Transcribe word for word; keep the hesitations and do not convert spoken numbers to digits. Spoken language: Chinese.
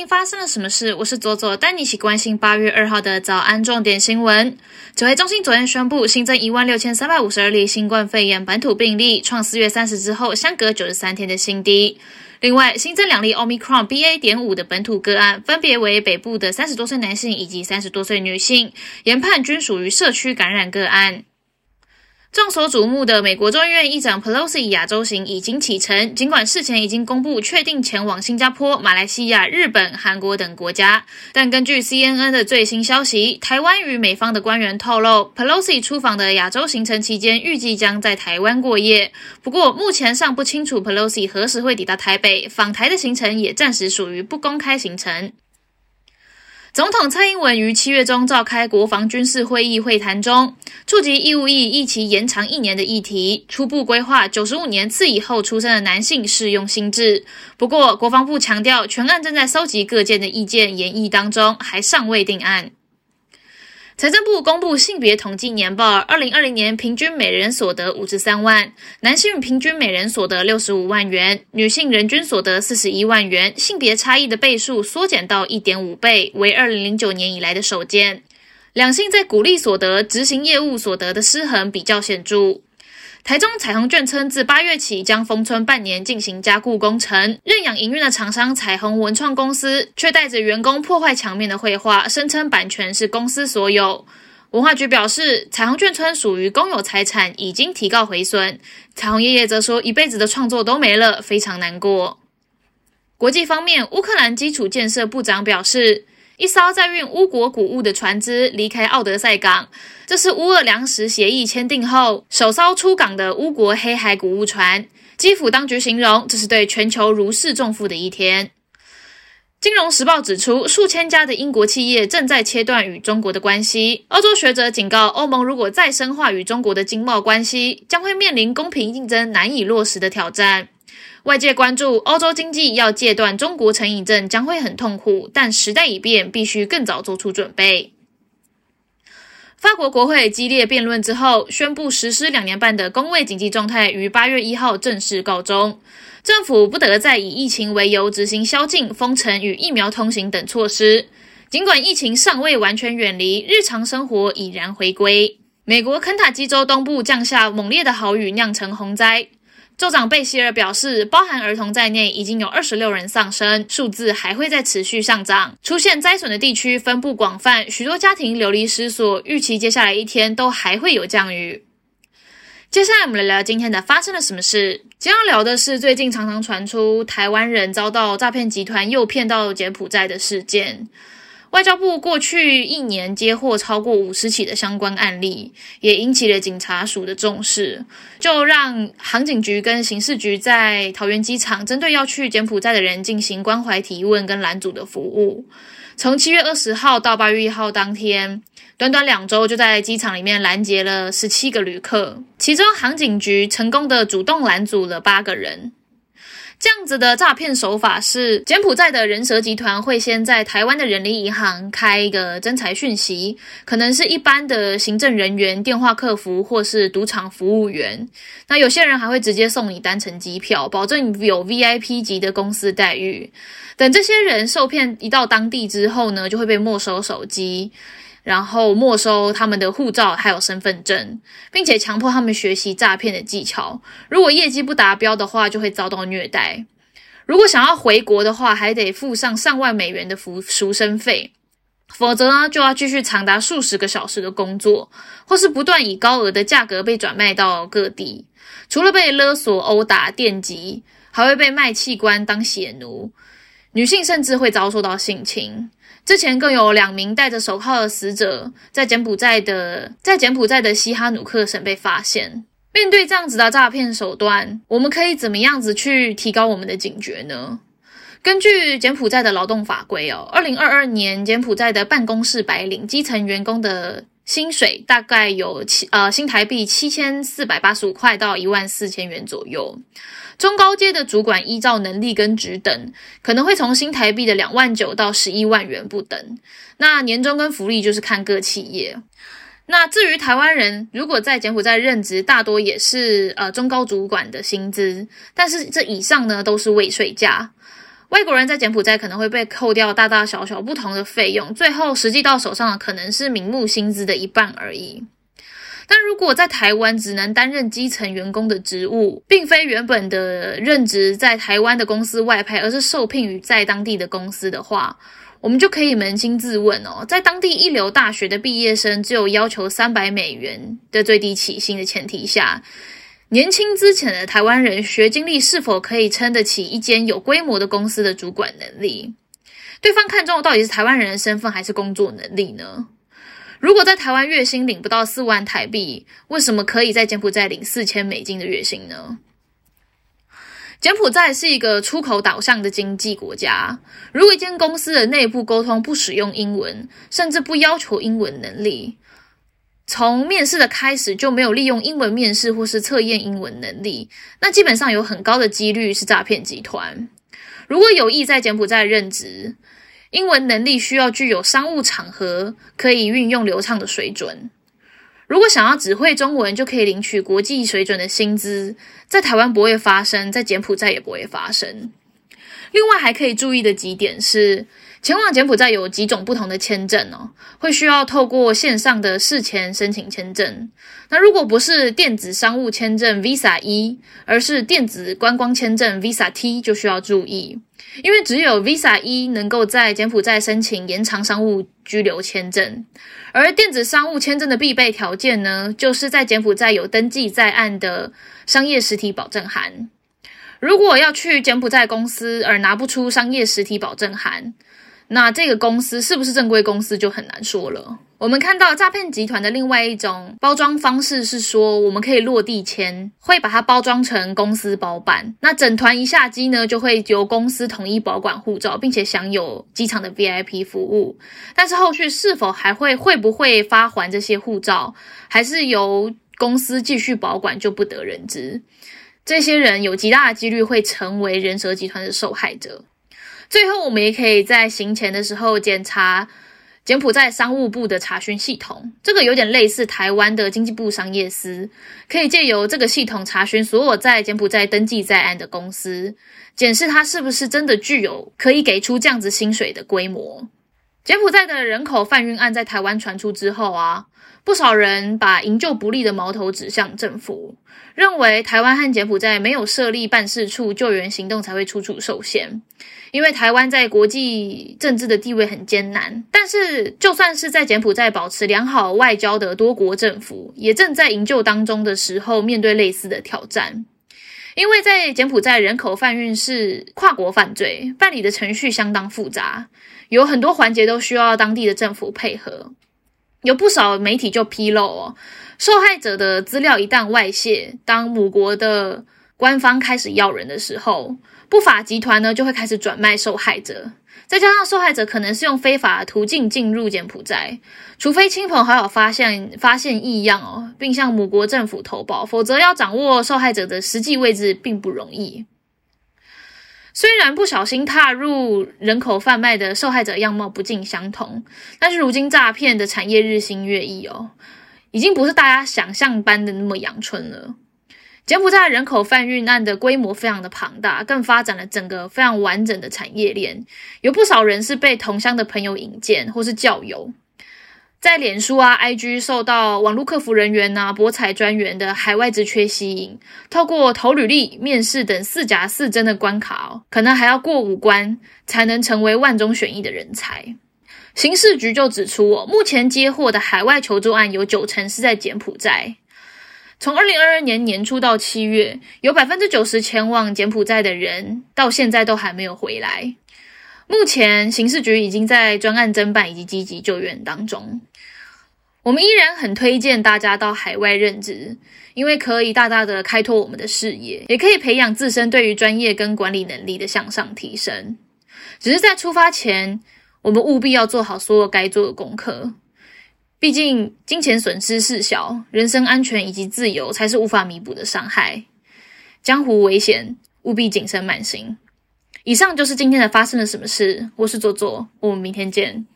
听发生了什么事，我是左左，带你一起关心八月二号的早安重点新闻。指挥中心昨天宣布新增一万六千三百五十二例新冠肺炎本土病例，创四月三十之后相隔九十三天的新低。另外新增两例 Omicron B A 点五 的本土个案，分别为北部的三十多岁男性以及三十多岁女性，研判均属于社区感染个案。众所瞩目的美国众议院议长 Pelosi 亚洲行已经启程，尽管事前已经公布确定前往新加坡、马来西亚、日本、韩国等国家，但根据 C N N 的最新消息，台湾与美方的官员透露 Pelosi 出访的亚洲行程期间预计将在台湾过夜，不过目前尚不清楚 Pelosi 何时会抵达台北，访台的行程也暂时属于不公开行程。总统蔡英文于七月中召开国防军事会议会谈中，触及义务役役期延长一年的议题，初步规划九十五年次以后出生的男性适用新制。不过国防部强调，全案正在搜集各界的意见研议当中，还尚未定案。财政部公布性别统计年报，二零二零年平均每人所得五十三万，男性平均每人所得六十五万元，女性人均所得四十一万元，性别差异的倍数缩减到 一点五倍，为二零零九年以来的首见。两性在股利所得、执行业务所得的失衡比较显著。台中彩虹眷村自八月起将封村半年进行加固工程，认养营运的厂商彩虹文创公司却带着员工破坏墙面的绘画，声称版权是公司所有。文化局表示，彩虹眷村属于公有财产，已经提告回损。彩虹爷爷则说，一辈子的创作都没了，非常难过。国际方面，乌克兰基础建设部长表示，一艘载运乌国谷物的船只离开奥德赛港，这是乌俄粮食协议签订后首艘出港的乌国黑海谷物船。基辅当局形容这是对全球如释重负的一天。金融时报指出，数千家的英国企业正在切断与中国的关系。欧洲学者警告，欧盟如果再深化与中国的经贸关系，将会面临公平竞争难以落实的挑战。外界关注欧洲经济要戒断中国成瘾症将会很痛苦，但时代已变，必须更早做出准备。法国国会激烈辩论之后，宣布实施两年半的公卫紧急状态于八月一号正式告终。政府不得再以疫情为由执行宵禁、封城与疫苗通行等措施。尽管疫情尚未完全远离，日常生活已然回归。美国肯塔基州东部降下猛烈的豪雨，酿成洪灾。州长贝希尔表示，包含儿童在内已经有二十六人丧生，数字还会再持续上涨。出现灾损的地区分布广泛，许多家庭流离失所，预期接下来一天都还会有降雨。接下来我们来聊今天的发生了什么事。今天要聊的是最近常常传出台湾人遭到诈骗集团诱骗到柬埔寨的事件。外交部过去一年接获超过五十起的相关案例，也引起了警察署的重视，就让航警局跟刑事局在桃园机场针对要去柬埔寨的人进行关怀提问跟拦阻的服务。从七月二十号到八月一号当天，短短两周就在机场里面拦截了十七个旅客，其中航警局成功的主动拦阻了八个人。这样子的诈骗手法是，柬埔寨的人蛇集团会先在台湾的人力银行开一个征才讯息，可能是一般的行政人员、电话客服或是赌场服务员。那有些人还会直接送你单程机票，保证有 V I P 级的公司待遇。等这些人受骗一到当地之后呢，就会被没收手机，然后没收他们的护照还有身份证，并且强迫他们学习诈骗的技巧。如果业绩不达标的话，就会遭到虐待。如果想要回国的话，还得付上上万美元的赎身费，否则呢，就要继续长达数十个小时的工作，或是不断以高额的价格被转卖到各地。除了被勒索、殴打、电击，还会被卖器官当血奴。女性甚至会遭受到性侵。之前更有两名戴着手铐的死者在柬埔寨的在柬埔寨的西哈努克省被发现。面对这样子的诈骗手段，我们可以怎么样子去提高我们的警觉呢？根据柬埔寨的劳动法规哦，二零二二年柬埔寨的办公室白领基层员工的薪水大概有七呃新台币七千四百八十五块到一万四千元左右。中高阶的主管依照能力跟职等，可能会从新台币的两万九到十一万元不等。那年终跟福利就是看各企业。那至于台湾人，如果在柬埔寨任职，大多也是呃中高主管的薪资，但是这以上呢都是未税价。 外国人在柬埔寨可能会被扣掉大大小小不同的费用，最后实际到手上的可能是名目薪资的一半而已。但如果在台湾只能担任基层员工的职务，并非原本的任职在台湾的公司外派，而是受聘于在当地的公司的话，我们就可以扪心自问哦，在当地一流大学的毕业生只有要求三百美元的最低起薪的前提下，年轻资浅的台湾人学经历是否可以撑得起一间有规模的公司的主管能力？对方看中的到底是台湾人的身份还是工作能力呢？如果在台湾月薪领不到四万台币，为什么可以在柬埔寨领四千美金的月薪呢？柬埔寨是一个出口导向的经济国家，如果一间公司的内部沟通不使用英文，甚至不要求英文能力，从面试的开始就没有利用英文面试或是测验英文能力，那基本上有很高的几率是诈骗集团。如果有意在柬埔寨任职，英文能力需要具有商务场合可以运用流畅的水准。如果想要只会中文就可以领取国际水准的薪资，在台湾不会发生，在柬埔寨也不会发生。另外还可以注意的几点是，前往柬埔寨有几种不同的签证哦，会需要透过线上的事前申请签证。那如果不是电子商务签证 Visa 一，而是电子观光签证 Visa T 就需要注意，因为只有 Visa 一能够在柬埔寨申请延长商务居留签证，而电子商务签证的必备条件呢，就是在柬埔寨有登记在案的商业实体保证函。如果要去柬埔寨公司而拿不出商业实体保证函，那这个公司是不是正规公司就很难说了。我们看到诈骗集团的另外一种包装方式是说，我们可以落地签，会把它包装成公司包办，那整团一下机呢，就会由公司统一保管护照，并且享有机场的 V I P 服务。但是后续是否还会会不会发还这些护照，还是由公司继续保管，就不得人知。这些人有极大的几率会成为人蛇集团的受害者。最后我们也可以在行前的时候检查柬埔寨商务部的查询系统，这个有点类似台湾的经济部商业司，可以借由这个系统查询所有在柬埔寨登记在案的公司，检视它是不是真的具有可以给出这样子薪水的规模。柬埔寨的人口贩运案在台湾传出之后啊，不少人把营救不利的矛头指向政府，认为台湾和柬埔寨没有设立办事处，救援行动才会处处受限。因为台湾在国际政治的地位很艰难，但是就算是在柬埔寨保持良好外交的多国政府，也正在营救当中的时候面对类似的挑战。因为在柬埔寨人口贩运是跨国犯罪，办理的程序相当复杂，有很多环节都需要当地的政府配合。有不少媒体就披露哦，受害者的资料一旦外泄，当母国的官方开始要人的时候，不法集团呢就会开始转卖受害者，再加上受害者可能是用非法途径进入柬埔寨，除非亲朋好友发现发现异样哦，并向母国政府投报，否则要掌握受害者的实际位置并不容易。虽然不小心踏入人口贩卖的受害者样貌不尽相同，但是如今诈骗的产业日新月异哦，已经不是大家想象般的那么阳春了。柬埔寨人口贩运案的规模非常的庞大，更发展了整个非常完整的产业链，有不少人是被同乡的朋友引荐或是教友，在脸书啊 I G 受到网络客服人员啊博彩专员的海外职缺吸引，透过投履历、面试等四假四真的关卡哦，可能还要过五关才能成为万中选一的人才。刑事局就指出哦，目前接获的海外求助案有九成是在柬埔寨。从二零二二年年初到七月，有 百分之九十 前往柬埔寨的人到现在都还没有回来。目前刑事局已经在专案侦办以及积极救援当中。我们依然很推荐大家到海外任职，因为可以大大的开拓我们的视野，也可以培养自身对于专业跟管理能力的向上提升。只是在出发前，我们务必要做好所有该做的功课。毕竟金钱损失事小，人身安全以及自由才是无法弥补的伤害。江湖危险，务必谨慎慢行。以上就是今天的发生了什么事，我是左左，我们明天见。